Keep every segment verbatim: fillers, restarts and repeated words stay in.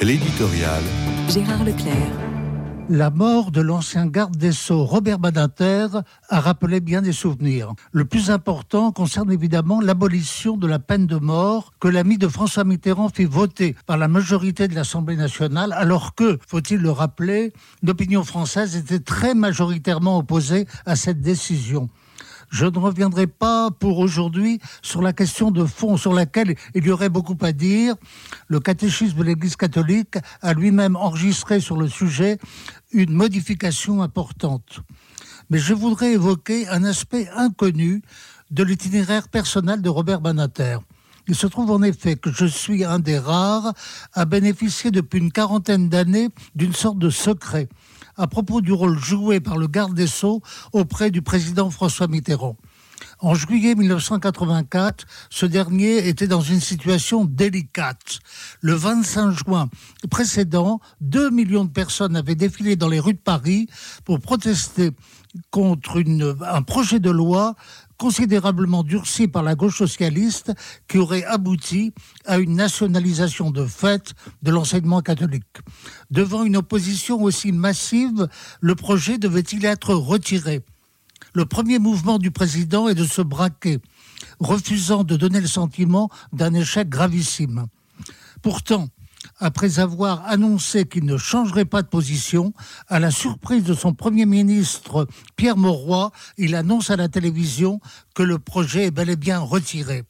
L'éditorial. Gérard Leclerc. La mort de l'ancien garde des Sceaux Robert Badinter a rappelé bien des souvenirs. Le plus important concerne évidemment l'abolition de la peine de mort que l'ami de François Mitterrand fit voter par la majorité de l'Assemblée nationale, alors que, faut-il le rappeler, l'opinion française était très majoritairement opposée à cette décision. Je ne reviendrai pas pour aujourd'hui sur la question de fond sur laquelle il y aurait beaucoup à dire. Le catéchisme de l'Église catholique a lui-même enregistré sur le sujet une modification importante. Mais je voudrais évoquer un aspect inconnu de l'itinéraire personnel de Robert Badinter. Il se trouve en effet que je suis un des rares à bénéficier depuis une quarantaine d'années d'une sorte de secret à propos du rôle joué par le garde des Sceaux auprès du président François Mitterrand. En juillet mille neuf cent quatre-vingt-quatre, ce dernier était dans une situation délicate. Le vingt-cinq juin précédent, deux millions de personnes avaient défilé dans les rues de Paris pour protester contre une, un projet de loi considérablement durci par la gauche socialiste qui aurait abouti à une nationalisation de fait de l'enseignement catholique. Devant une opposition aussi massive, le projet devait-il être retiré ? Le premier mouvement du président est de se braquer, refusant de donner le sentiment d'un échec gravissime. Pourtant, après avoir annoncé qu'il ne changerait pas de position, à la surprise de son Premier ministre Pierre Mauroy, il annonce à la télévision que le projet est bel et bien retiré.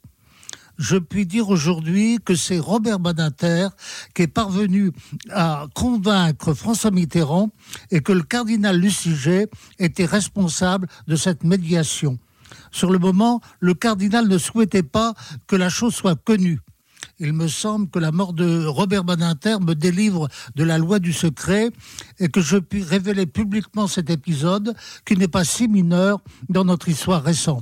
Je puis dire aujourd'hui que c'est Robert Badinter qui est parvenu à convaincre François Mitterrand et que le cardinal Lustiger était responsable de cette médiation. Sur le moment, le cardinal ne souhaitait pas que la chose soit connue. Il me semble que la mort de Robert Badinter me délivre de la loi du secret et que je puis révéler publiquement cet épisode qui n'est pas si mineur dans notre histoire récente.